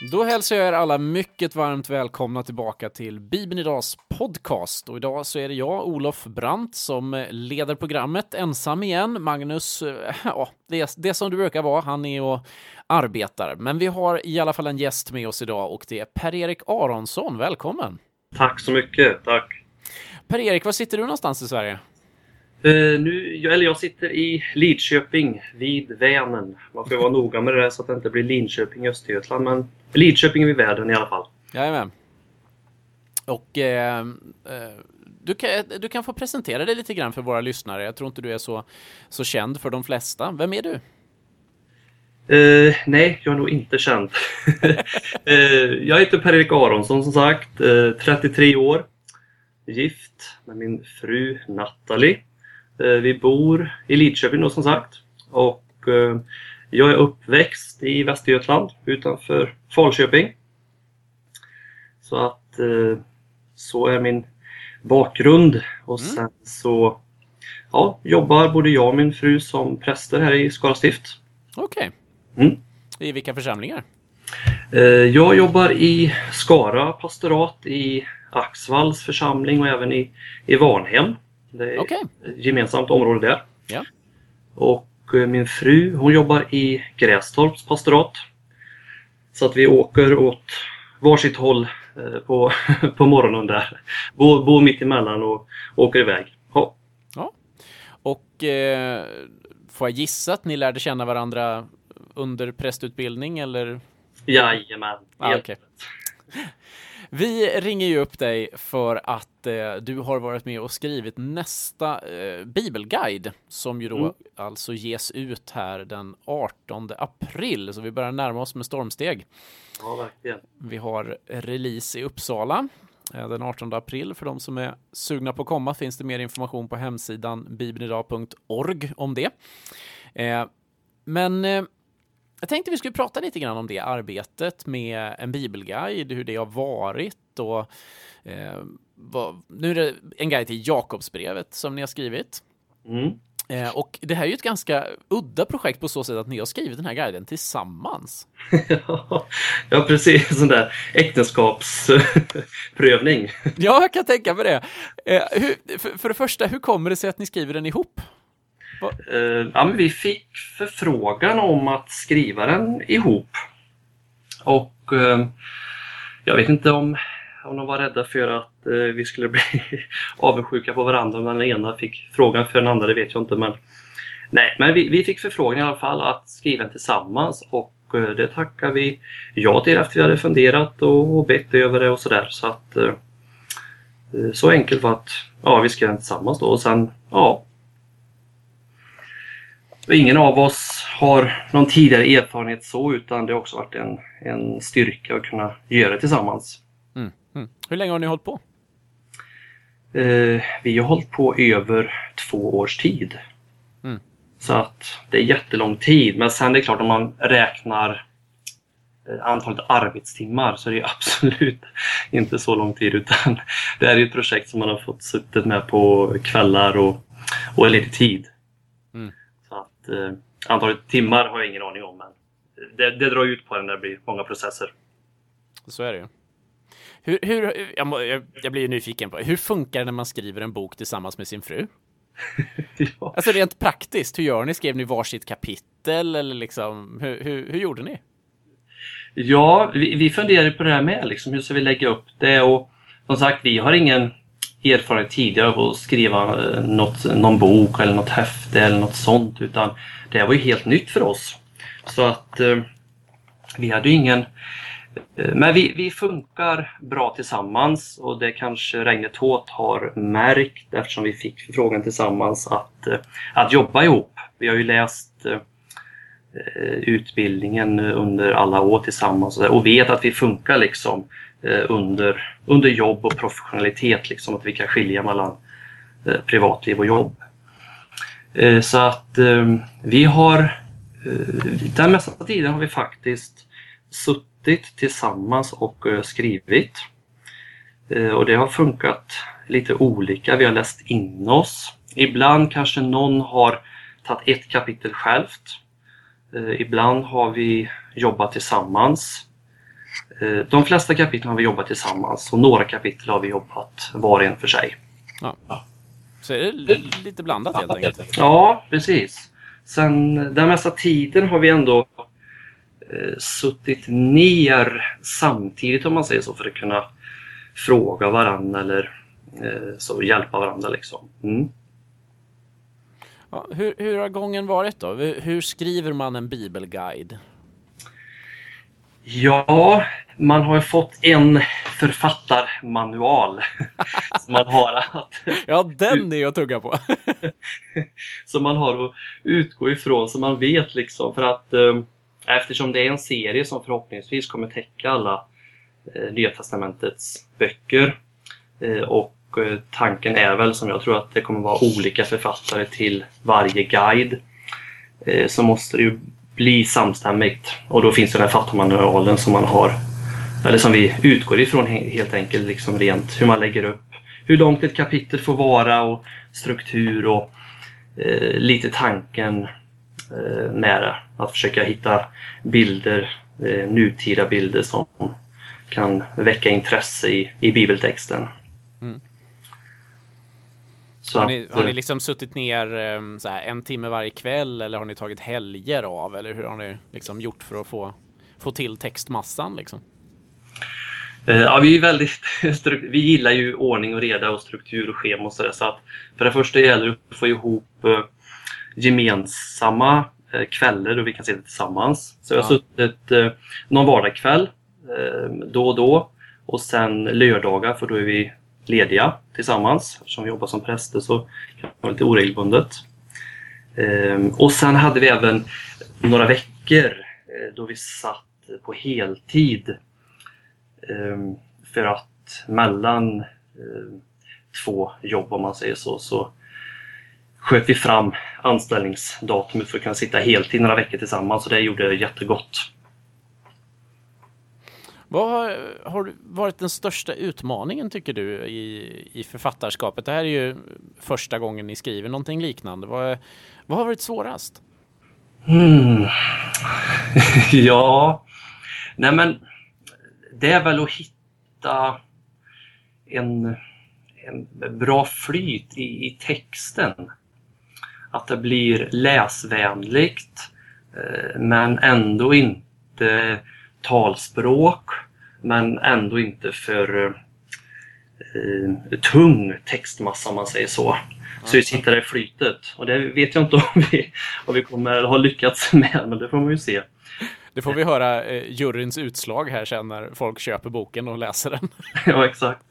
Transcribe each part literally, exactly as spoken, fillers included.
Då hälsar jag er alla mycket varmt välkomna tillbaka till Bibeln Idags podcast. Och idag så är det jag, Olof Brandt, som leder programmet ensam igen. Magnus, ja, det, är, det som du brukar vara, han är och arbetar. Men vi har i alla fall en gäst med oss idag och det är Per-Erik Aronsson. Välkommen! Tack så mycket, tack. Per-Erik, var sitter du någonstans i Sverige? Uh, nu, jag, eller jag sitter i Lidköping vid Vänern. Man får vara noga med det där så att det inte blir Linköping i Östergötland. Men Lidköping vid Vänern i alla fall. Jajamän. Och eh, du, kan, du kan få presentera dig lite grann för våra lyssnare. Jag tror inte du är så, så känd för de flesta. Vem är du? Uh, nej, jag är nog inte känd. uh, jag heter Per-Erik Aronsson som sagt. Uh, trettiotre år. Gift med min fru Natalie. Vi bor i Lidköping då, som sagt, och eh, jag är uppväxt i Västergötland utanför Falköping. Så att eh, så är min bakgrund och sen mm. så ja, jobbar både jag och min fru som präster här i Skara stift. Okej. Okay. Mm. I vilka församlingar? Eh, jag jobbar i Skara pastorat, i Axvalls församling och även i, i Varnhem. Det är okay. Ett gemensamt område där. Ja. Och min fru, hon jobbar i Grästorps pastorat. Så att vi åker åt varsitt håll på, på morgonen där. Bor, bor mitt emellan och åker iväg. Ja. Ja. Och eh, får jag gissa att ni lärde känna varandra under prästutbildning eller? Jajamän. Ah, okay. Vi ringer ju upp dig för att eh, du har varit med och skrivit nästa eh, bibelguide som ju då mm. alltså ges ut här den artonde april. Så vi börjar närma oss med stormsteg. Ja, verkligen. Vi har release i Uppsala eh, den artonde april. För de som är sugna på att komma finns det mer information på hemsidan bibelidag punkt org om det. Eh, men... Eh, Jag tänkte vi skulle prata lite grann om det arbetet med en bibelguide, hur det har varit och eh, vad, nu är det en guide till Jakobsbrevet som ni har skrivit. Mm. Eh, och det här är ju ett ganska udda projekt på så sätt att ni har skrivit den här guiden tillsammans. Ja, precis. Sån där äktenskapsprövning. Ja, jag kan tänka mig det. Eh, hur, för, för det första, hur kommer det sig att ni skriver den ihop? Uh, ja, men vi fick förfrågan om att skriva den ihop. Och uh, jag vet inte om, om de var rädda för att uh, vi skulle bli avundsjuka på varandra. Men den ena fick frågan för den andra, det vet jag inte. Men, nej, men vi, vi fick förfrågan i alla fall att skriva den tillsammans. Och uh, det tackar vi ja till efter vi hade funderat och, och bett över det och sådär. Så att uh, så enkelt var att ja, vi skrev den tillsammans då. Och sen, ja. Ingen av oss har någon tidigare erfarenhet så, utan det har också varit en, en styrka att kunna göra det tillsammans. Mm. Mm. Hur länge har ni hållit på? Eh, vi har hållit på över två års tid. Mm. Så att det är jättelång tid. Men sen är det klart om man räknar antalet arbetstimmar så är det absolut inte så lång tid. Utan det är ett projekt som man har fått suttit med på kvällar och, och lite tid. Mm. Eh, antalet timmar har jag ingen aning om, men det, det drar ut på den när det blir många processer. Så är det ju. Hur, hur, jag, må, jag, jag blir ju nyfiken på, hur funkar det när man skriver en bok tillsammans med sin fru? Ja. Alltså rent praktiskt, hur gör ni? Skrev ni varsitt kapitel eller liksom, hur, hur, hur gjorde ni? Ja, vi, vi funderade på det här med, liksom, hur ska vi lägga upp det? Och som sagt, vi har ingen erfarenhet tidigare av att skriva något, någon bok eller något häfte eller något sånt, utan det var ju helt nytt för oss. Så att eh, vi hade ju ingen eh, men vi, vi funkar bra tillsammans, och det kanske Regnet Håt har märkt eftersom vi fick frågan tillsammans att, eh, att jobba ihop. Vi har ju läst eh, utbildningen under alla år tillsammans och vet att vi funkar liksom under, under jobb och professionalitet, liksom, att vi kan skilja mellan eh, privatliv och jobb. Eh, så att eh, vi har eh, den mesta tiden har vi faktiskt suttit tillsammans och eh, skrivit. Eh, och det har funkat lite olika. Vi har läst in oss. Ibland kanske någon har tagit ett kapitel självt. Eh, ibland har vi jobbat tillsammans. Eh, de flesta kapitel har vi jobbat tillsammans och några kapitel har vi jobbat var och en för sig. Ja. Så är det lite blandat helt enkelt. Ja, precis. Sen den mesta tiden har vi ändå eh, suttit ner samtidigt, om man säger så, för att kunna fråga varandra eller eh, så hjälpa varandra liksom. Mm. Ja, hur, hur har gången varit då? Hur skriver man en bibelguide? Ja, man har ju fått en författarmanual som man har att... Ja, den är jag att tugga på. Som man har att utgå ifrån, så man vet liksom, för att eh, eftersom det är en serie som förhoppningsvis kommer täcka alla eh, Nya testamentets böcker eh, och eh, tanken är väl, som jag tror, att det kommer vara olika författare till varje guide, eh, så måste det ju bli samstämmigt, och då finns det den här författarmanualen som man har, eller som vi utgår ifrån helt enkelt, liksom rent hur man lägger upp, hur långt ett kapitel får vara och struktur och eh, lite tanken eh, med det. Att försöka hitta bilder, eh, nutida bilder som kan väcka intresse i, i bibeltexten. Mm. Så har, ni, att, har ni liksom suttit ner så här, en timme varje kväll, eller har ni tagit helger av, eller hur har ni liksom gjort för att få, få till textmassan liksom? Ja, vi är väldigt vi gillar ju ordning och reda och struktur och schema och sådär, så att för det första gäller det att få ihop gemensamma kvällar då vi kan se det tillsammans. Så jag har ja. suttit någon vardagskväll då och då, och sen lördagar, för då är vi lediga tillsammans, eftersom vi jobbar som präster så kan det vara lite oregelbundet. Och sen hade vi även några veckor då vi satt på heltid, för att mellan två jobb, om man säger så, så sköt vi fram anställningsdatumet för att kunna sitta heltid några veckor tillsammans, och det gjorde jättegott. Vad har, har varit den största utmaningen, tycker du, i, i författarskapet? Det här är ju första gången ni skriver någonting liknande. Vad, vad har varit svårast? Mm. ja, nej men det är väl att hitta en, en bra flyt i, i texten. Att det blir läsvänligt, men ändå inte talspråk, men ändå inte för eh, tung textmassa, om man säger så. Så vi sitter där i flytet, och det vet jag inte om vi, om vi kommer ha lyckats med, men det får man ju se. Det får vi höra eh, juryns utslag här sen när folk köper boken och läser den. Ja, exakt.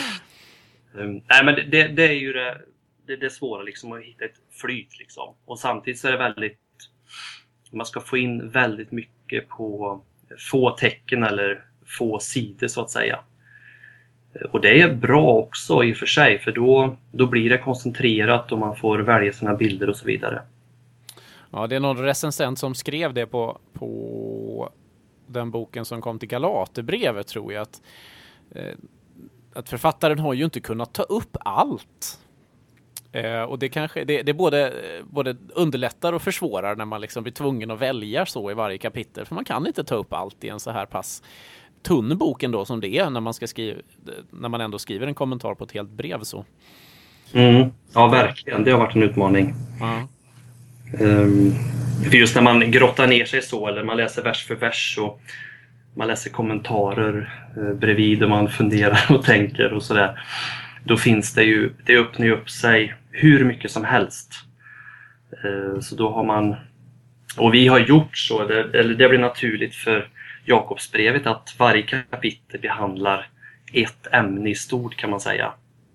Um, nej, men det, det är ju det, det, det svåra liksom, att hitta ett flyt liksom. Och samtidigt så är det väldigt, man ska få in väldigt mycket på få tecken eller få sidor, så att säga. Och det är bra också i och för sig, för då, då blir det koncentrerat och man får välja sina bilder och så vidare. Ja, det är någon recensent som skrev det på, på den boken som kom till Galaterbrevet, tror jag, att, eh, att författaren har ju inte kunnat ta upp allt. Eh, och det kanske det, det både, både underlättar och försvårar när man liksom blir tvungen att välja så i varje kapitel, för man kan inte ta upp allt i en så här pass tunn bok ändå som det är när man ska skriva, när man ändå skriver en kommentar på ett helt brev så. Mm. Ja, verkligen. Det har varit en utmaning. Ja. Um, för just när man grottar ner sig så, eller man läser vers för vers och man läser kommentarer eh, bredvid och man funderar och tänker och sådär, då finns det ju, det öppnar ju upp sig hur mycket som helst. Uh, så då har man, och vi har gjort så, det, eller det blir naturligt för Jakobsbrevet att varje kapitel behandlar ett ämne i stort, kan man säga.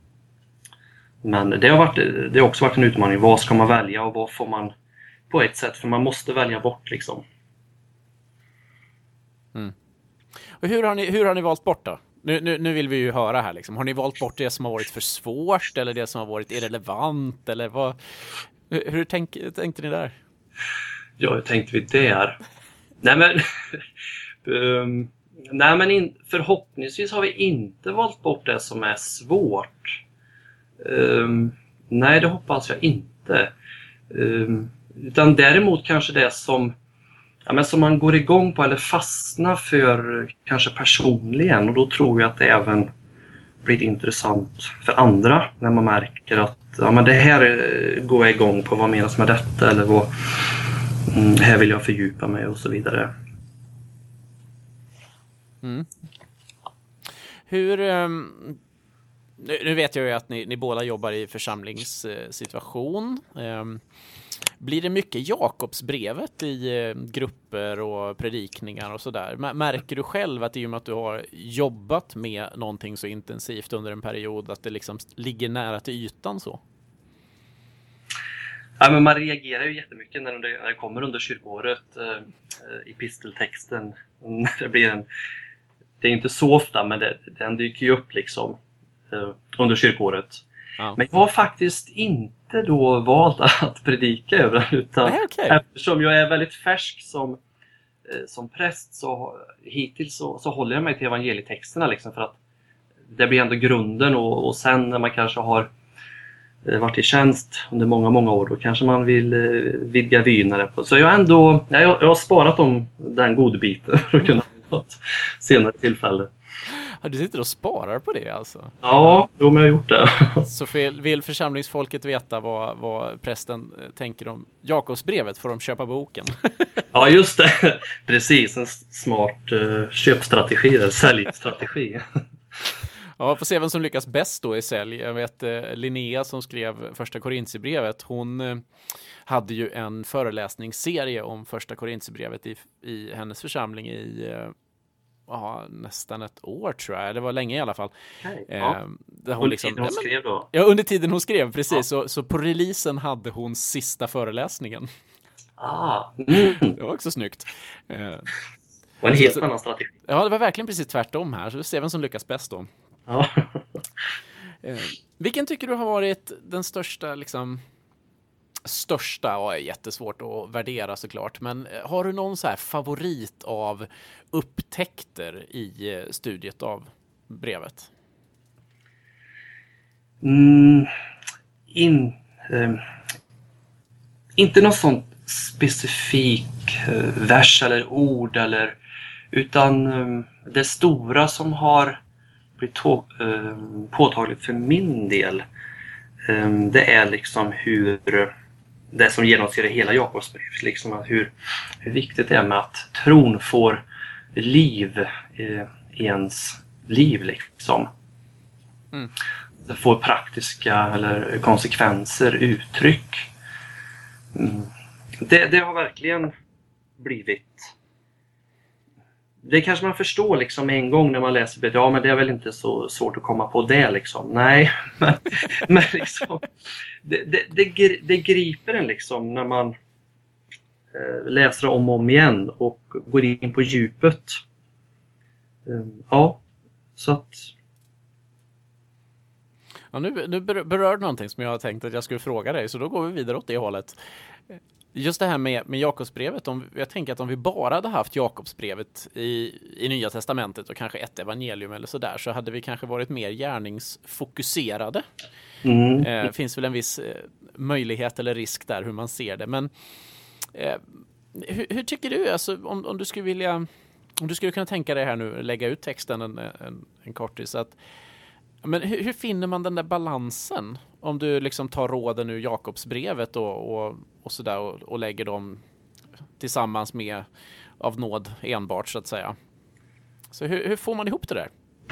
Men det har, varit, det har också varit en utmaning. Vad ska man välja och vad får man på ett sätt? För man måste välja bort liksom. Mm. Och hur har ni, hur har ni valt bort då? Nu, nu, nu vill vi ju höra här liksom. Har ni valt bort det som har varit för svårt eller det som har varit irrelevant? Eller vad, hur hur tänk, tänkte ni där? Ja, hur tänkte vi där? Nej men, um, nej, men in, förhoppningsvis har vi inte valt bort det som är svårt. Um, nej, det hoppas jag inte. Um, utan däremot kanske det som ja, men som man går igång på eller fastnar för kanske personligen, och då tror jag att det även blir intressant för andra när man märker att ja, men det här går jag igång på, vad menas med detta, eller vad mm, här vill jag fördjupa mig och så vidare. Mm. Hur um, nu vet jag ju att ni, ni båda jobbar i församlingssituation. Um, blir det mycket Jakobsbrevet i uh, grupper och predikningar och sådär? Märker du själv att i och med att du har jobbat med någonting så intensivt under en period att det liksom ligger nära till ytan så? Ja, men man reagerar ju jättemycket när det, när det kommer under kyrkoåret uh, i pisteltexten. Det blir en Det är inte så ofta, men det, den dyker ju upp liksom eh, under kyrkåret. Ja. Men jag har faktiskt inte då valt att predika över den, utan Nej, okay. eftersom jag är väldigt färsk som, eh, som präst, så hittills så, så håller jag mig till evangelietexterna liksom, för att det blir ändå grunden, och, och sen när man kanske har eh, varit i tjänst under många, många år, då kanske man vill eh, vidga vynare på. Så jag har ändå, jag, jag har sparat om den godbiten för att kunna något senare tillfälle. Ja, du sitter och sparar på det alltså? Ja, då har jag gjort det. Så vill församlingsfolket veta vad, vad prästen tänker om Jakobsbrevet, får de köpa boken? Ja, just det. Precis, en smart uh, köpstrategi, eller säljstrategi. Ja, får se vem som lyckas bäst då i sälj. Jag vet eh, Linnea som skrev första Korintierbrevet, hon eh, hade ju en föreläsningsserie om första Korintierbrevet i, i hennes församling i eh, ja, nästan ett år tror jag. Det var länge i alla fall. Okay, eh, ja. Där hon under liksom, tiden hon skrev då? Ja, under tiden hon skrev, precis. Ja. Så, så på releasen hade hon sista föreläsningen. Ah. Mm. Det var också snyggt. Eh, och en helt så, annan strategi. Ja, det var verkligen precis tvärtom här. Så vi ser vem som lyckas bäst då. Ja. eh, vilken tycker du har varit den största liksom största, ja, är jättesvårt att värdera såklart, men har du någon så här favorit av upptäckter i studiet av brevet? Mm, in, eh, inte någon sån specifik eh, vers eller ord, eller, utan eh, det stora som har blivit to- eh, påtagligt för min del, eh, det är liksom hur det som genomsyrar hela Jakobsbrevet, liksom hur, hur viktigt det är med att tron får liv eh, i ens liv liksom. Mm. Det får praktiska eller konsekvenser, uttryck. Mm. Det, det har verkligen blivit. Det kanske man förstår liksom en gång när man läser det. Ja, men det är väl inte så svårt att komma på det liksom. Nej, men, men liksom det, det, det, det griper en liksom när man eh, läser om och om igen och går in på djupet. Um, ja, så att Ja, nu, nu berör du någonting som jag har tänkt att jag skulle fråga dig, så då går vi vidare åt det hållet. Just det här med, med Jakobsbrevet, om, jag tänker att om vi bara hade haft Jakobsbrevet i, i Nya Testamentet och kanske ett evangelium eller sådär, så hade vi kanske varit mer gärningsfokuserade. mm. Eh, finns väl en viss eh, möjlighet eller risk där hur man ser det, men eh, hur, hur tycker du, alltså, om, om du skulle vilja, om du skulle kunna tänka dig här nu, lägga ut texten en, en, en kortis, att men hur, hur finner man den där balansen om du liksom tar råden ur Jakobsbrevet och, och, och sådär och, och lägger dem tillsammans med av nåd enbart så att säga. Så hur, hur får man ihop det där?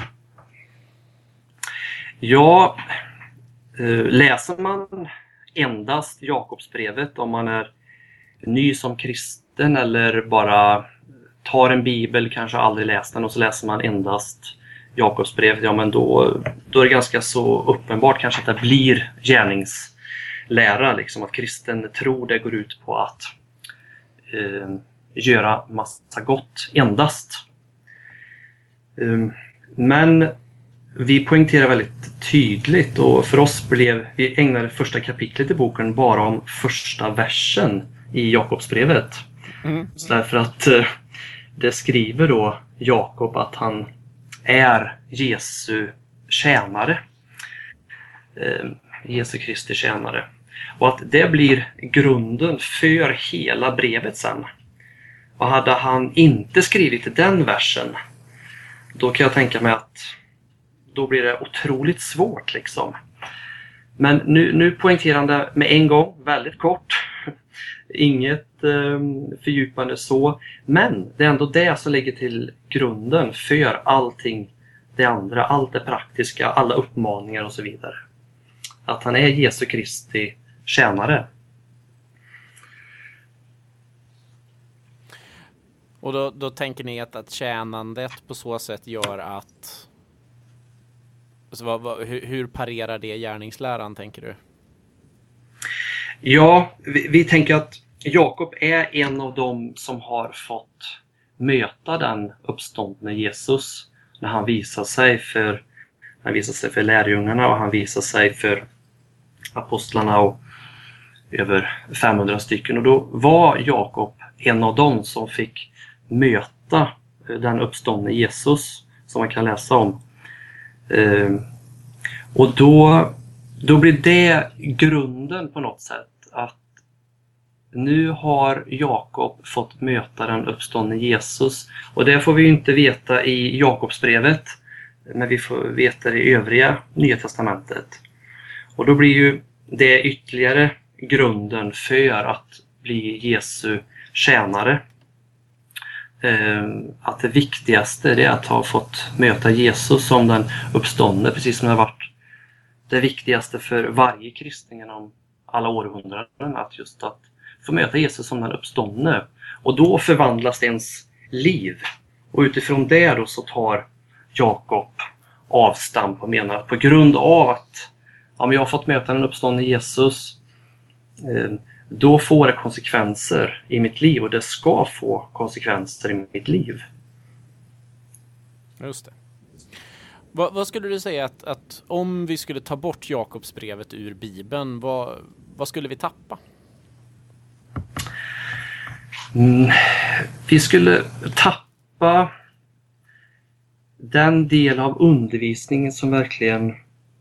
Ja, läser man endast Jakobsbrevet om man är ny som kristen, eller bara tar en bibel, kanske aldrig läst den, och så läser man endast Jakobsbrevet, ja men då, då är det ganska så uppenbart kanske att det blir gärningslära, liksom att kristen tro det går ut på att eh, göra massa gott endast. Eh, men vi poängterar väldigt tydligt, och för oss blev, vi ägnade första kapitlet i boken bara om första versen i Jakobsbrevet. Mm. Så därför att eh, det skriver då Jakob att han är Jesu tjänare. Eh, Jesu Kristi tjänare. Och att det blir grunden för hela brevet sen. Och hade han inte skrivit den versen, då kan jag tänka mig att då blir det otroligt svårt liksom. Men nu, nu poängterar han det med en gång, väldigt kort. Inget eh, fördjupande så. Men det är ändå det som ligger till grunden för allting det andra. Allt det praktiska, alla uppmaningar och så vidare. Att han är Jesu Kristi tjänare. Och då, då tänker ni att, att tjänandet på så sätt gör att... Alltså vad, vad, hur, hur parerar det gärningsläran, tänker du? Ja, vi, vi tänker att Jakob är en av dem som har fått möta den uppståndne Jesus när han visar sig för, han visar sig för lärjungarna och han visar sig för apostlarna och över femhundra stycken. Och då var Jakob en av dem som fick möta den uppståndne Jesus som man kan läsa om. Och då, då blir det grunden på något sätt, att nu har Jakob fått möta den uppståndne Jesus. Och det får vi ju inte veta i Jakobsbrevet, men vi får veta det i övriga Nya testamentet. Och då blir ju det ytterligare grunden för att bli Jesu tjänare. Att det viktigaste är att ha fått möta Jesus som den uppståndne, precis som det har varit det viktigaste för varje kristen genom alla århundraden, att just att få möta Jesus som den uppståndne. Och då förvandlas ens liv. Och utifrån det då så tar Jakob avstamp och menar att på grund av att ja, men jag har fått möta den uppståndne Jesus, då får det konsekvenser i mitt liv, och det ska få konsekvenser i mitt liv. Just det. Vad, vad skulle du säga att, att om vi skulle ta bort Jakobsbrevet ur Bibeln, vad, vad skulle vi tappa? Mm, vi skulle tappa den del av undervisningen som verkligen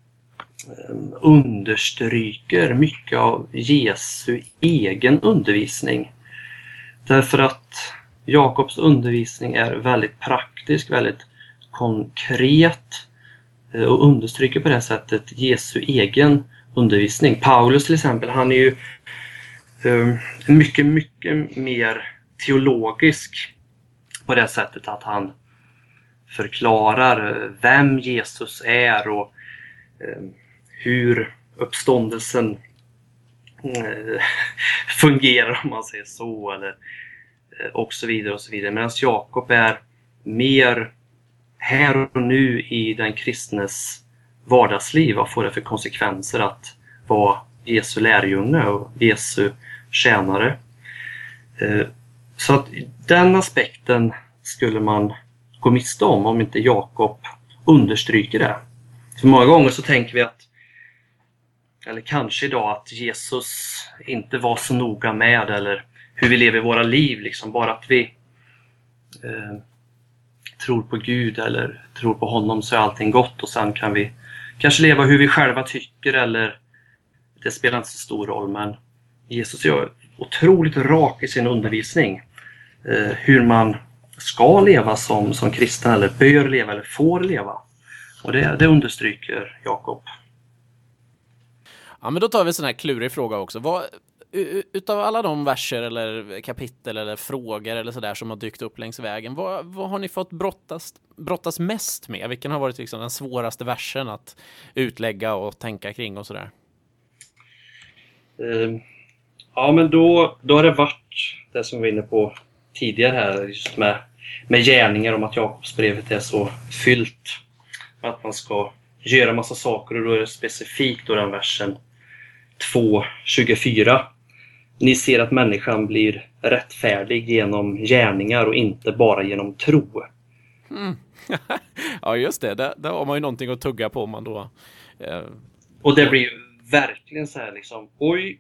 understryker mycket av Jesu egen undervisning. Därför att Jakobs undervisning är väldigt praktisk, väldigt konkret och understryker på det sättet Jesu egen undervisning. Paulus till exempel, han är ju mycket, mycket mer teologisk på det sättet att han förklarar vem Jesus är och hur uppståndelsen fungerar, om man säger så, eller och så vidare och så vidare. Medan Jakob är mer här och nu i den kristnes vardagsliv. Vad får det för konsekvenser att vara Jesu lärjunge och Jesu tjänare? Så att den aspekten skulle man gå miste om om inte Jakob understryker det. För många gånger så tänker vi att, eller kanske idag, att Jesus inte var så noga med eller hur vi lever våra liv, liksom bara att vi eh, tror på Gud eller tror på honom så är allting gott, och sen kan vi kanske leva hur vi själva tycker, eller det spelar inte så stor roll. Men Jesus är otroligt rak i sin undervisning eh, hur man ska leva som, som kristen, eller bör leva eller får leva. Och det, det understryker Jakob. Ja, men då tar vi en sån här klurig fråga också. Vad, utav alla de verser eller kapitel eller frågor eller sådär som har dykt upp längs vägen, vad, vad har ni fått brottas, brottas mest med? Vilken har varit liksom den svåraste versen att utlägga och tänka kring och sådär? Uh, ja, men då, då har det varit det som vi var inne på tidigare här, just med, med gärningar, om att Jakobsbrevet är så fyllt. Att man ska göra massa saker, och då är det specifikt då den versen två tjugofyra. Ni ser att människan blir rättfärdig genom gärningar och inte bara genom tro. Mm. Ja, just det. Där, där har man ju någonting att tugga på, man då. Eh. Och det blir ju verkligen så här liksom, oj.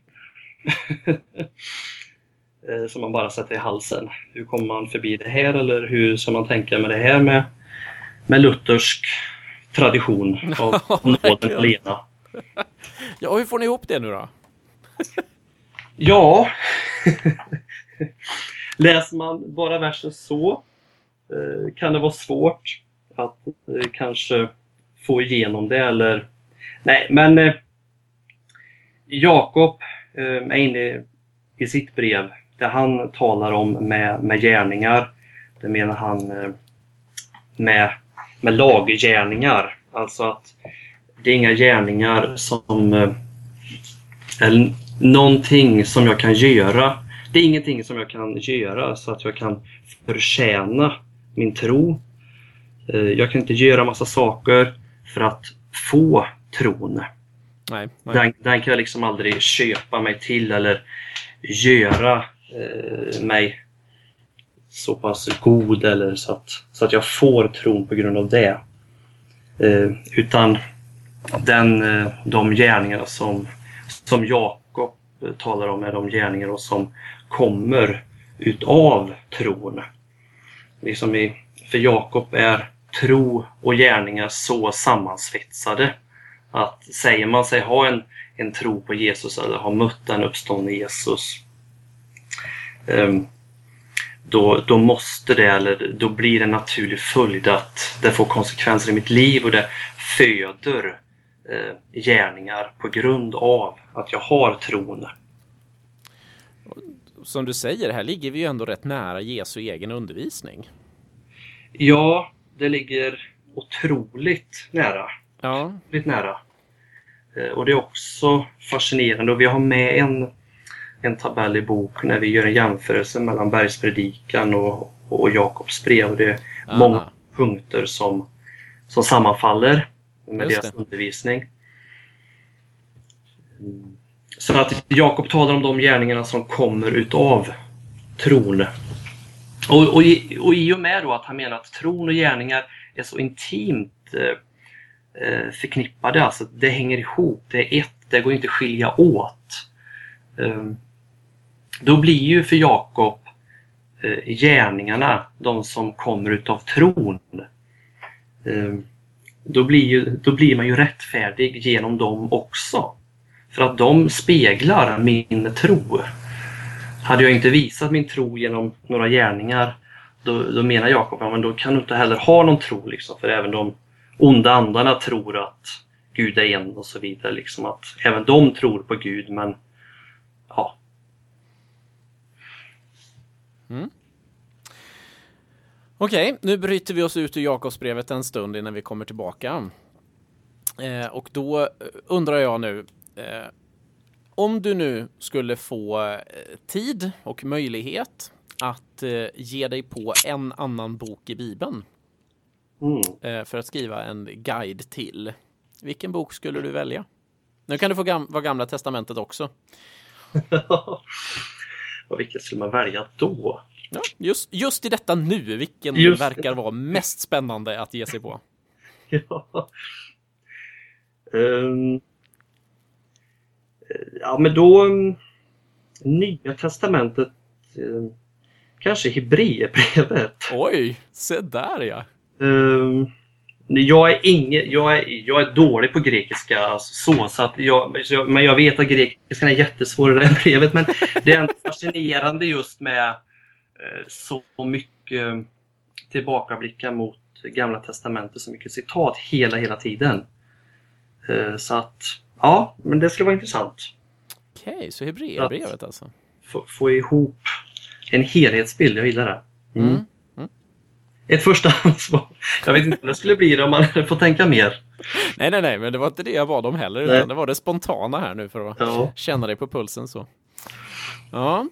Som man bara sätter i halsen. Hur kommer man förbi det här, eller hur ska man tänka med det här med, med luthersk tradition av nåden alena. Ja, hur får ni ihop det nu då? Ja, läser man bara versen så eh, kan det vara svårt att eh, kanske få igenom det. Eller nej, men eh, Jakob eh, är inne i sitt brev där han talar om med, med gärningar. Det menar han eh, med, med laggärningar. Alltså att det är inga gärningar som eh, är någonting som jag kan göra. Det är ingenting som jag kan göra så att jag kan förtjäna min tro. Eh, jag kan inte göra massa saker för att få tron. Nej, nej. Den, den kan jag liksom aldrig köpa mig till eller göra eh, mig så pass god eller så att, så att jag får tron på grund av det. Eh, utan den, eh, de gärningar som, som Jakob eh, talar om är de gärningar som kommer utav tron. Liksom i, för Jakob är tro och gärningar så sammansvetsade att säger man sig ha en, en tro på Jesus eller ha mött den uppståndne Jesus, um, då, då måste det, eller då blir det en naturlig följd att det får konsekvenser i mitt liv och det föder eh, gärningar på grund av att jag har tron. Som du säger, här ligger vi ju ändå rätt nära Jesu egen undervisning. Ja, det ligger otroligt nära. Ja. Lite nära. Och det är också fascinerande. Och vi har med en, en tabell i bok när vi gör en jämförelse mellan Bergspredikan och, och Jakobs brev. Och det är Aha. många punkter som, som sammanfaller med Just deras det. undervisning. Så att Jakob talar om de gärningarna som kommer utav tron. Och, och, i, och i och med då att han menar att tron och gärningar är så intimt eh, förknippade, alltså det hänger ihop, det är ett, det går inte att skilja åt. Eh, då blir ju för Jakob eh, gärningarna de som kommer utav tron. Eh, då, blir ju, då blir man ju rättfärdig genom dem också. För att de speglar min tro. Hade jag inte visat min tro genom några gärningar, då, då menar Jakob, ja, men då kan du inte heller ha någon tro. Liksom, för även de onda andarna tror att Gud är en och så vidare. Liksom, att även de tror på Gud, men ja. Mm. Okej, nu bryter vi oss ut ur Jakobsbrevet en stund innan vi kommer tillbaka. Eh, och då undrar jag nu, eh, om du nu skulle få eh, tid och möjlighet att eh, ge dig på en annan bok i Bibeln Mm. eh, för att skriva en guide till, vilken bok skulle du välja? Nu kan du få gam- vara Gamla testamentet också. Och vilket skulle man välja då? Ja, just, just i detta nu, vilken Just verkar vara mest spännande att ge sig på? Ja. Um, ja, men då um, Nya testamentet, um, kanske Hebreerbrevet. Oj, se där ja. Um, jag är ingen, jag är, jag är dålig på grekiska, alltså, så, så att jag, så jag, men jag vet att grekiskan är jättesvår i det här brevet, men det är fascinerande just med uh, så mycket tillbakablickar mot Gamla testamentet, så mycket citat hela, hela tiden. Uh, så att, ja, men det ska vara intressant. Okej, okay, så Hebreerbrevet alltså. Få, få ihop en helhetsbild, jag gillar det. Mm. Mm. Mm. Ett första ansvar. Jag vet inte om det skulle bli det om man får tänka mer. Nej, nej, nej, men det var inte det jag bad om heller. Utan det var det spontana här nu för att ja. känna dig på pulsen så. Ja.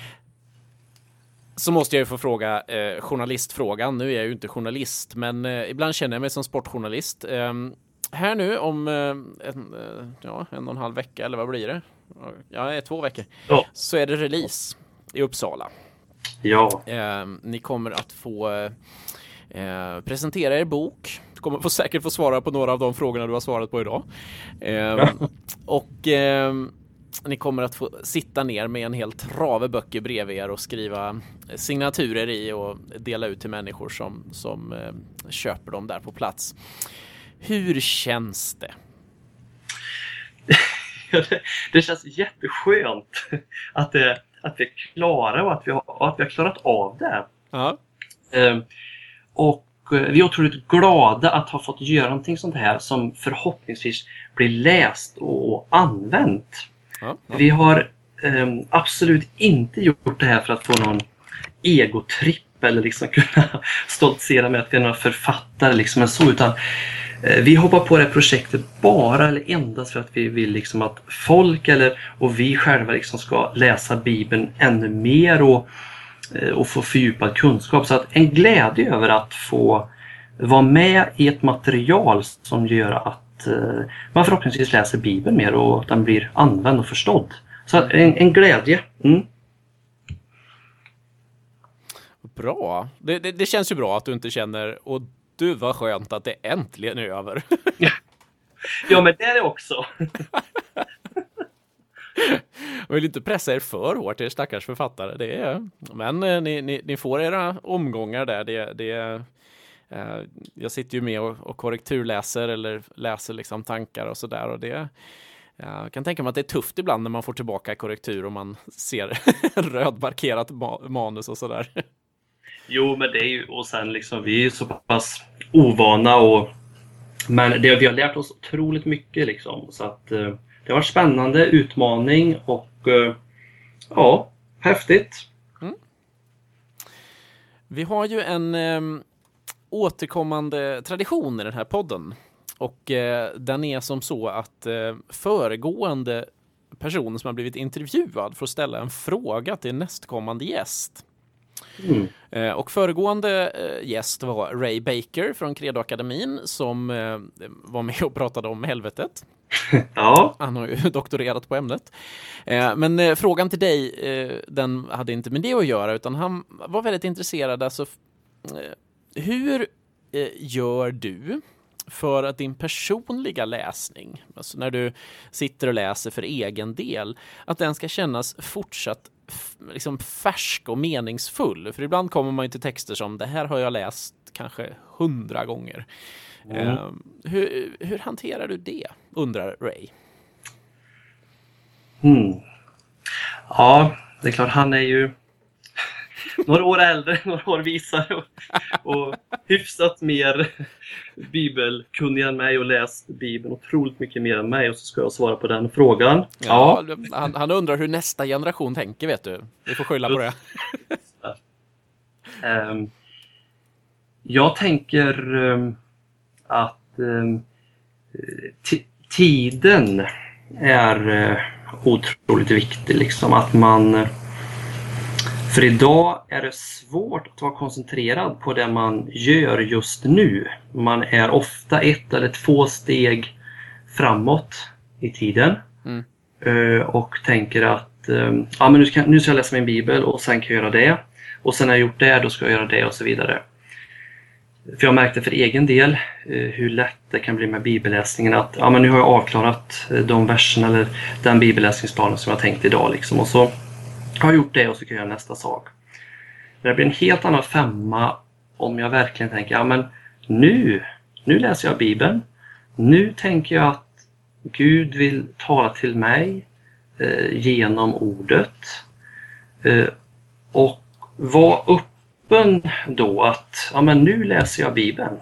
Så måste jag ju få fråga eh, journalistfrågan. Nu är jag ju inte journalist, men eh, ibland känner jag mig som sportjournalist. Eh, här nu om eh, en, eh, ja, en och en halv vecka, eller vad blir det? Ja, två veckor. Ja. Så är det release i Uppsala. Ja. Eh, ni kommer att få eh, presentera er bok. Du kommer få, säkert få svara på några av de frågorna du har svarat på idag. Eh, ja. Och eh, ni kommer att få sitta ner med en hel trave böcker bredvid er och skriva signaturer i och dela ut till människor som, som eh, köper dem där på plats. Hur känns det? det, det känns jätteskönt att det, att vi är klara och att vi har, att vi har klarat av det. Ja. Eh, och vi är otroligt glada att ha fått göra någonting sånt här som förhoppningsvis blir läst och använt. Ja, ja. Vi har eh, absolut inte gjort det här för att få någon egotripp eller liksom kunna stoltsera med att vi är några författare liksom så, utan eh, vi hoppar på det här projektet bara eller endast för att vi vill liksom att folk eller och vi själva liksom ska läsa Bibeln ännu mer och, eh, och få fördjupad kunskap. Så att en glädje över att få vara med i ett material som gör att eh, man förhoppningsvis läser Bibeln mer och den blir använd och förstådd. Så att en, en glädje. Mm. Bra. Det, det, det känns ju bra att du inte känner, och du var skönt att det äntligen är över. Ja, men det är det också. Jag vill inte pressa er för hårt, er stackars författare. Det är, men eh, ni, ni, ni får era omgångar där. Det, det, eh, jag sitter ju med och, och korrekturläser eller läser liksom tankar och sådär. Och det, jag kan tänka mig att det är tufft ibland när man får tillbaka korrektur och man ser rödmarkerat ma- manus och sådär. Jo, men det är ju, och sen liksom, vi är så pass ovana och men det, vi har lärt oss otroligt mycket liksom, så att eh, det har varit spännande, utmaning och eh, ja, häftigt. Mm. Vi har ju en eh, återkommande tradition i den här podden och eh, den är som så att eh, föregående person som har blivit intervjuad får ställa en fråga till nästkommande gäst. Mm. Eh, och föregående eh, gäst var Ray Baker från Credo-akademin som eh, var med och pratade om helvetet. Ja. Han har ju doktorerat på ämnet. Eh, men eh, frågan till dig, eh, den hade inte med det att göra, utan han var väldigt intresserad. Alltså, eh, hur eh, gör du för att din personliga läsning, alltså när du sitter och läser för egen del, att den ska kännas fortsatt f- liksom färsk och meningsfull? För ibland kommer man ju till texter som det här har jag läst kanske hundra gånger. Mm. Eh, hur, hur hanterar du det, undrar Ray? Mm. Ja, det är klart, han är ju några år äldre, några år visare och, och hyfsat mer bibelkunnig än mig och läst Bibeln otroligt mycket mer än mig, och så ska jag svara på den frågan. Ja, ja. Han, han undrar hur nästa generation tänker, vet du. Vi får skylla på det. um, jag tänker um, att um, t- tiden är uh, otroligt viktig, liksom att man. För idag är det svårt att vara koncentrerad på det man gör just nu. Man är ofta ett eller två steg framåt i tiden. Mm. Och tänker att ja, men nu, ska, nu ska jag läsa min bibel och sen kan jag göra det. Och sen när jag gjort det, då ska jag göra det och så vidare. För jag märkte för egen del hur lätt det kan bli med bibelläsningen. Att ja, men nu har jag avklarat de verserna eller den bibelläsningsplanen som jag tänkt idag. Liksom. Och så har gjort det och så kan jag göra nästa sak. Det blir en helt annan femma om jag verkligen tänker, ja men nu, nu läser jag Bibeln. Nu tänker jag att Gud vill tala till mig eh, genom ordet. Eh, och var öppen då att, ja men nu läser jag Bibeln.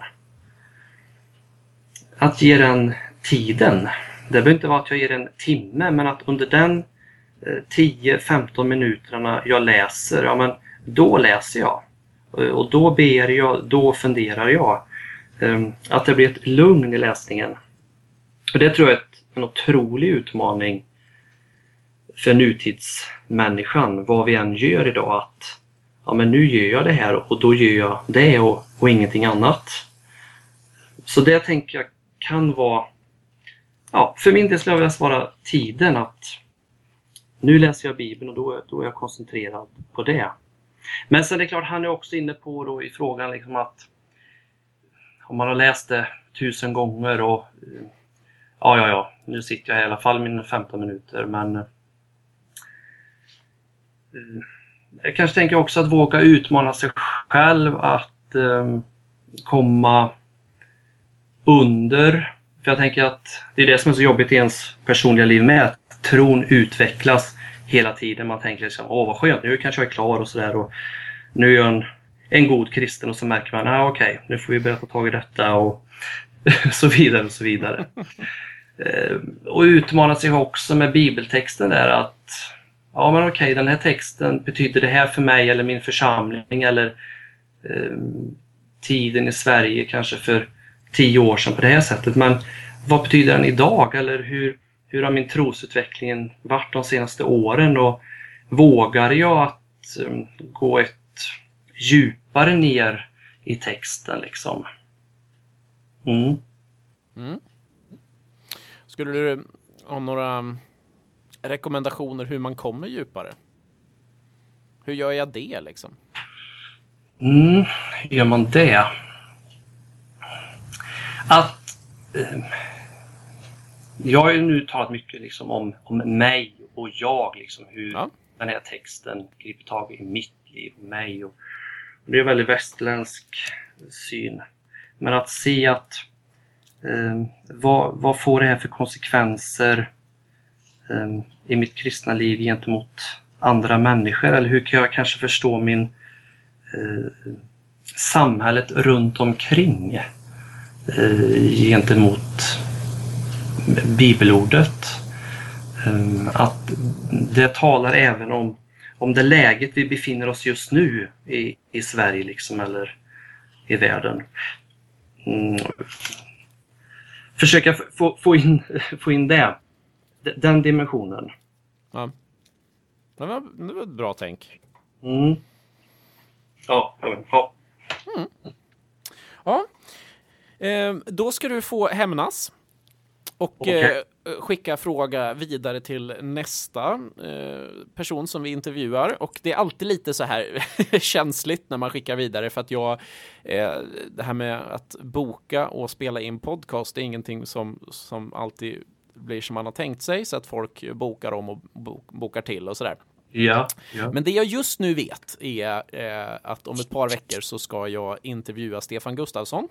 Att ge den tiden. Det behöver inte vara att jag ger en timme, men att under den tio femton minuterna jag läser, ja men då läser jag. Och då ber jag, då funderar jag. Att det blir ett lugn i läsningen. Och det tror jag är en otrolig utmaning för nutidsmänniskan, vad vi än gör idag, att ja men nu gör jag det här och då gör jag det och, och ingenting annat. Så det tänker jag kan vara, ja för min del skulle jag vilja svara tiden, att nu läser jag Bibeln och då, då är jag koncentrerad på det. Men sen är det klart, han är också inne på då i frågan liksom att om man har läst det tusen gånger och ja, ja, ja, nu sitter jag i alla fall mina femton minuter, men jag kanske tänker också att våga utmana sig själv att um, komma under, för jag tänker att det är det som är så jobbigt i ens personliga liv med, att tron utvecklas hela tiden. Man tänker liksom, åh vad skönt, nu kanske jag är klar och sådär. Och nu är jag en, en god kristen och så märker man, ah, okej, okay, nu får vi börja ta tag i detta och så vidare och så vidare. eh, och utmana sig också med bibeltexten där att ja men okej, okay, den här texten betyder det här för mig eller min församling eller eh, tiden i Sverige kanske för tio år sedan på det här sättet. Men vad betyder den idag? Eller hur, hur har min trosutveckling varit de senaste åren? Och vågar jag att um, gå ett djupare ner i texten liksom? Mm. Mm. Skulle du ha några rekommendationer hur man kommer djupare? Hur gör jag det liksom? Mm, hur gör man det? Att eh, jag har ju nu talat mycket liksom om, om mig och jag, liksom, hur ja. den här texten griper tag i mitt liv, mig. Och, och det är en väldigt västerländsk syn. Men att se att eh, vad, vad får det här för konsekvenser eh, i mitt kristna liv gentemot andra människor? Eller hur kan jag kanske förstå min eh, samhället runt omkring eh, gentemot bibelordet? Eh, att det talar även om, om det läget vi befinner oss just nu i, i Sverige liksom, eller i världen. Mm. Försöka få, få, in, få in det, den dimensionen. Ja. Det var, det var ett bra tänk. Mm. Ja, ja. Mm. Ja. Eh, då ska du få hämnas och okay. eh, skicka fråga vidare till nästa eh, person som vi intervjuar. Och det är alltid lite så här känsligt när man skickar vidare, för att jag eh, det här med att boka och spela in podcast är ingenting som, som alltid blir som man har tänkt sig, så att folk bokar om och bokar till och sådär. Ja, ja. Men det jag just nu vet är eh, att om ett par veckor så ska jag intervjua Stefan Gustafsson,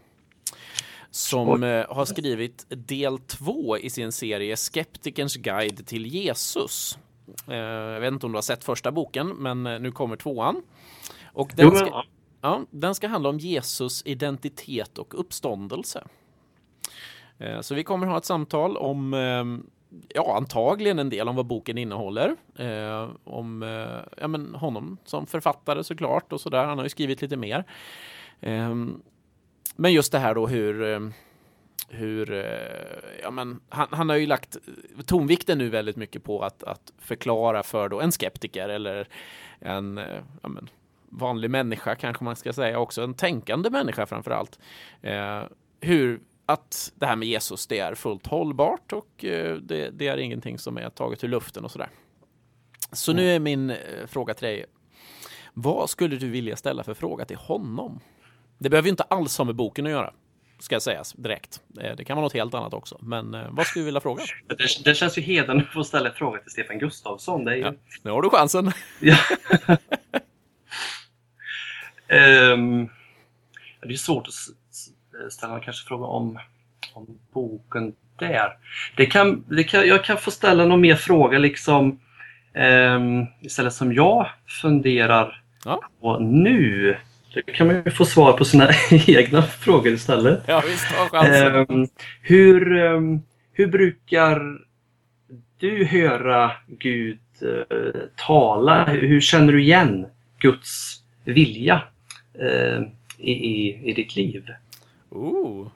som eh, har skrivit del två i sin serie Skeptikerns guide till Jesus. Eh, jag vet inte om du har sett första boken, men eh, nu kommer tvåan. Och den ska, ja, den ska handla om Jesus identitet och uppståndelse. Eh, så vi kommer ha ett samtal om eh, ja, antagligen en del om vad boken innehåller. Eh, om eh, ja, men honom som författare såklart och sådär. Han har ju skrivit lite mer. Eh, men just det här då hur... hur ja, men han, han har ju lagt tonvikten nu väldigt mycket på att, att förklara för då en skeptiker eller en ja, men, vanlig människa kanske man ska säga också. En tänkande människa framförallt. Eh, hur att det här med Jesus, det är fullt hållbart och eh, det, det är ingenting som är taget ur luften och sådär. Så nu är min eh, fråga till dig. Vad skulle du vilja ställa för fråga till honom? Det behöver ju inte alls ha med boken att göra, ska sägas direkt. Eh, det kan vara något helt annat också. Men eh, vad skulle du vilja fråga? Det, det känns ju hedern att få ställa en fråga till Stefan Gustafsson. Det är ju... ja, nu har du chansen. Ja. um, det är svårt att ställa kanske fråga om, om boken där. Det kan, det kan, jag kan få ställa någon mer fråga liksom um, istället som jag funderar ja. på nu. Då kan man ju få svar på sina egna frågor istället. Ja, visst, ha chansen. Um, hur, um, hur brukar du höra Gud uh, tala? Hur känner du igen Guds vilja uh, i, i, i ditt liv? Ooh.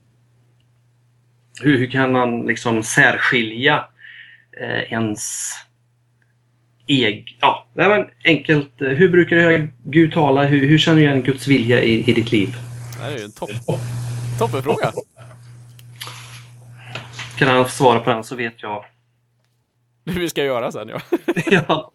Hur, hur kan man liksom särskilja uh, ens eg... Ja, det var enkelt. Hur brukar du höra Gud tala? Hur, hur känner du igen Guds vilja i, i ditt liv? Det här är ju en topp, toppenfråga. Kan han svara på den så vet jag hur vi ska göra sen, ja. Ja.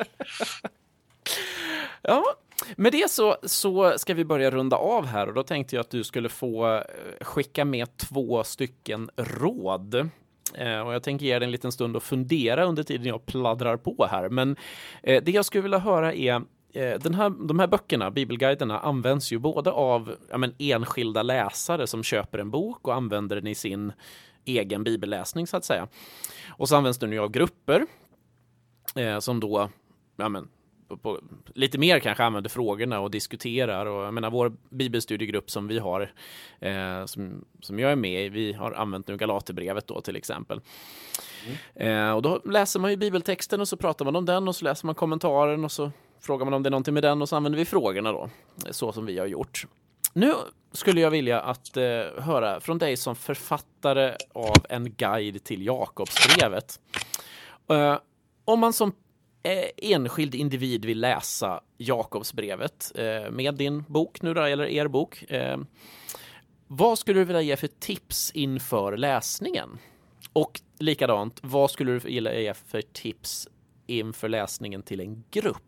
Ja, med det så, så ska vi börja runda av här. Och då tänkte jag att du skulle få skicka med två stycken råd. Eh, och jag tänker ge dig en liten stund att fundera under tiden jag pladdrar på här. Men eh, det jag skulle vilja höra är eh, den här, de här böckerna, bibelguiderna, används ju både av ja, men, enskilda läsare som köper en bok och använder den i sin egen bibelläsning så att säga. Och så används den ju av grupper. eh, som då, ja men, på, på, lite mer kanske använder frågorna och diskuterar. Och jag menar, vår bibelstudiegrupp som vi har, eh, som, som jag är med i, vi har använt nu Galaterbrevet då till exempel. Mm. Eh, och då läser man ju bibeltexten och så pratar man om den och så läser man kommentaren och så frågar man om det är någonting med den och så använder vi frågorna då, så som vi har gjort. Nu skulle jag vilja att eh, höra från dig som författare av en guide till Jakobsbrevet. Eh, om man som eh, enskild individ vill läsa Jakobsbrevet eh, med din bok nu då, eller er bok, eh, vad skulle du vilja ge för tips inför läsningen? Och likadant, vad skulle du vilja ge för tips inför läsningen till en grupp?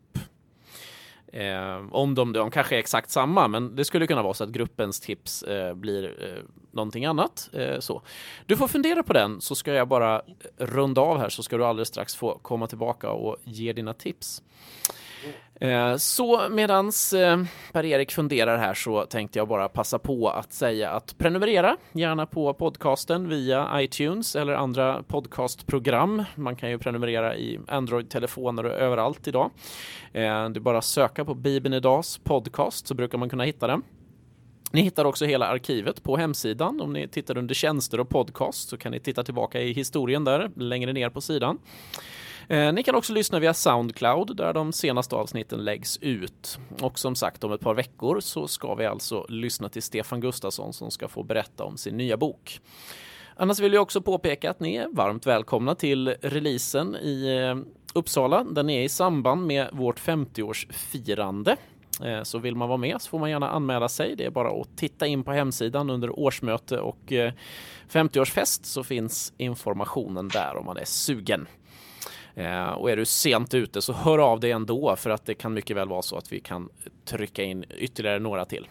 Eh, om de, de kanske är exakt samma, men det skulle kunna vara så att gruppens tips eh, blir eh, någonting annat. Eh, så. Du får fundera på den, så ska jag bara runda av här, så ska du alldeles strax få komma tillbaka och ge dina tips. Eh, så medans eh, Per-Erik funderar här, så tänkte jag bara passa på att säga att prenumerera gärna på podcasten via iTunes eller andra podcastprogram. Man kan ju prenumerera i Android-telefoner och överallt idag. Eh, det är bara att söka på Bibeln idags podcast, så brukar man kunna hitta den. Ni hittar också hela arkivet på hemsidan. Om ni tittar under tjänster och podcast så kan ni titta tillbaka i historien där, längre ner på sidan. Eh, ni kan också lyssna via Soundcloud där de senaste avsnitten läggs ut. Och som sagt, om ett par veckor så ska vi alltså lyssna till Stefan Gustafsson som ska få berätta om sin nya bok. Annars vill jag också påpeka att ni är varmt välkomna till releasen i eh, Uppsala. Den är i samband med vårt femtioårsfirande. Eh, så vill man vara med så får man gärna anmäla sig. Det är bara att titta in på hemsidan under årsmöte och eh, femtioårsfest, så finns informationen där om man är sugen. Eh, och är du sent ute så hör av dig ändå, för att det kan mycket väl vara så att vi kan trycka in ytterligare några till.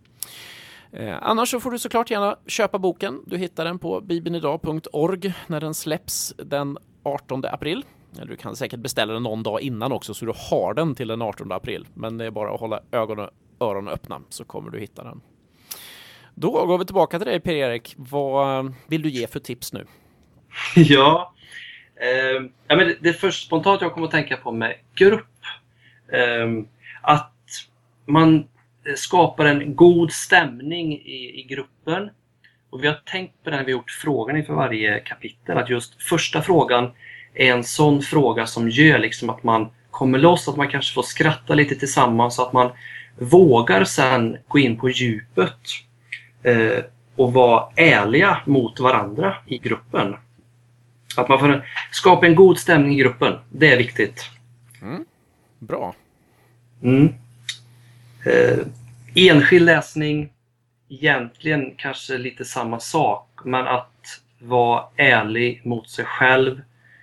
Eh, annars så får du såklart gärna köpa boken. Du hittar den på bibeln idag punkt org när den släpps den artonde april. Eller du kan säkert beställa den någon dag innan också, så du har den till den artonde april. Men det är bara att hålla ögonen och öronen öppna, så kommer du hitta den. Då går vi tillbaka till dig, Per-Erik. Vad vill du ge för tips nu? Ja, eh, ja men det, det först spontant jag kommer att tänka på med grupp. Eh, att man skapar en god stämning i, i gruppen. Och vi har tänkt på det när vi har gjort frågan inför varje kapitel. Att just första frågan är en sån fråga som gör liksom att man kommer loss, att man kanske får skratta lite tillsammans, så att man vågar sen gå in på djupet eh, och vara ärliga mot varandra i gruppen. Att man får skapa en god stämning i gruppen, det är viktigt. Mm. Bra. Mm. Eh, enskild läsning, egentligen kanske lite samma sak, men att vara ärlig mot sig själv.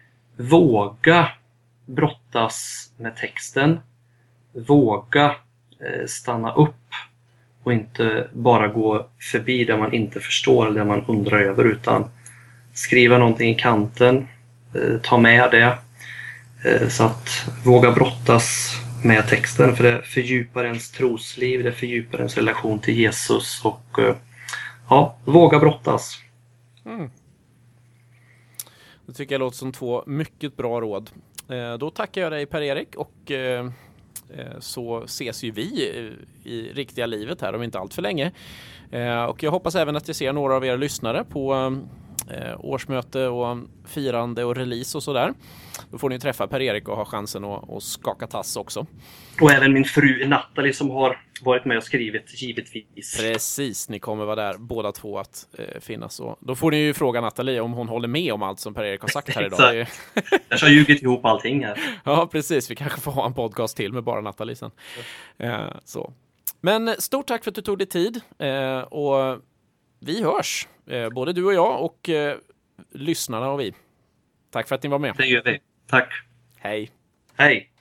Våga brottas med texten. Våga eh, stanna upp och inte bara gå förbi där man inte förstår eller där man undrar över, utan skriva någonting i kanten, eh, ta med det. Eh, så att våga brottas med texten, för det fördjupar ens trosliv, det fördjupar ens relation till Jesus, och eh, ja, våga brottas. Mm. Det tycker jag låter som två mycket bra råd. Eh, då tackar jag dig, Per-Erik, och eh, så ses ju vi i, i riktiga livet här om inte allt för länge. Eh, och jag hoppas även att jag ser några av er lyssnare på eh, årsmöte och firande och release och sådär. Då får ni träffa Per-Erik och ha chansen att, att skaka tass också. Och även min fru Natalie som har varit med och skrivit, givetvis. Precis, ni kommer vara där båda två att eh, finnas. Och då får ni ju fråga Natalie om hon håller med om allt som Per-Erik har sagt här idag. Exakt. Jag har ljugit ihop allting här. Ja, precis. Vi kanske får ha en podcast till med bara Natalie sen. Eh, så. Men stort tack för att du tog dig tid. Eh, och vi hörs. Eh, både du och jag och eh, lyssnarna och vi. Tack för att ni var med. Det gör vi. Tack. Hej. Hej.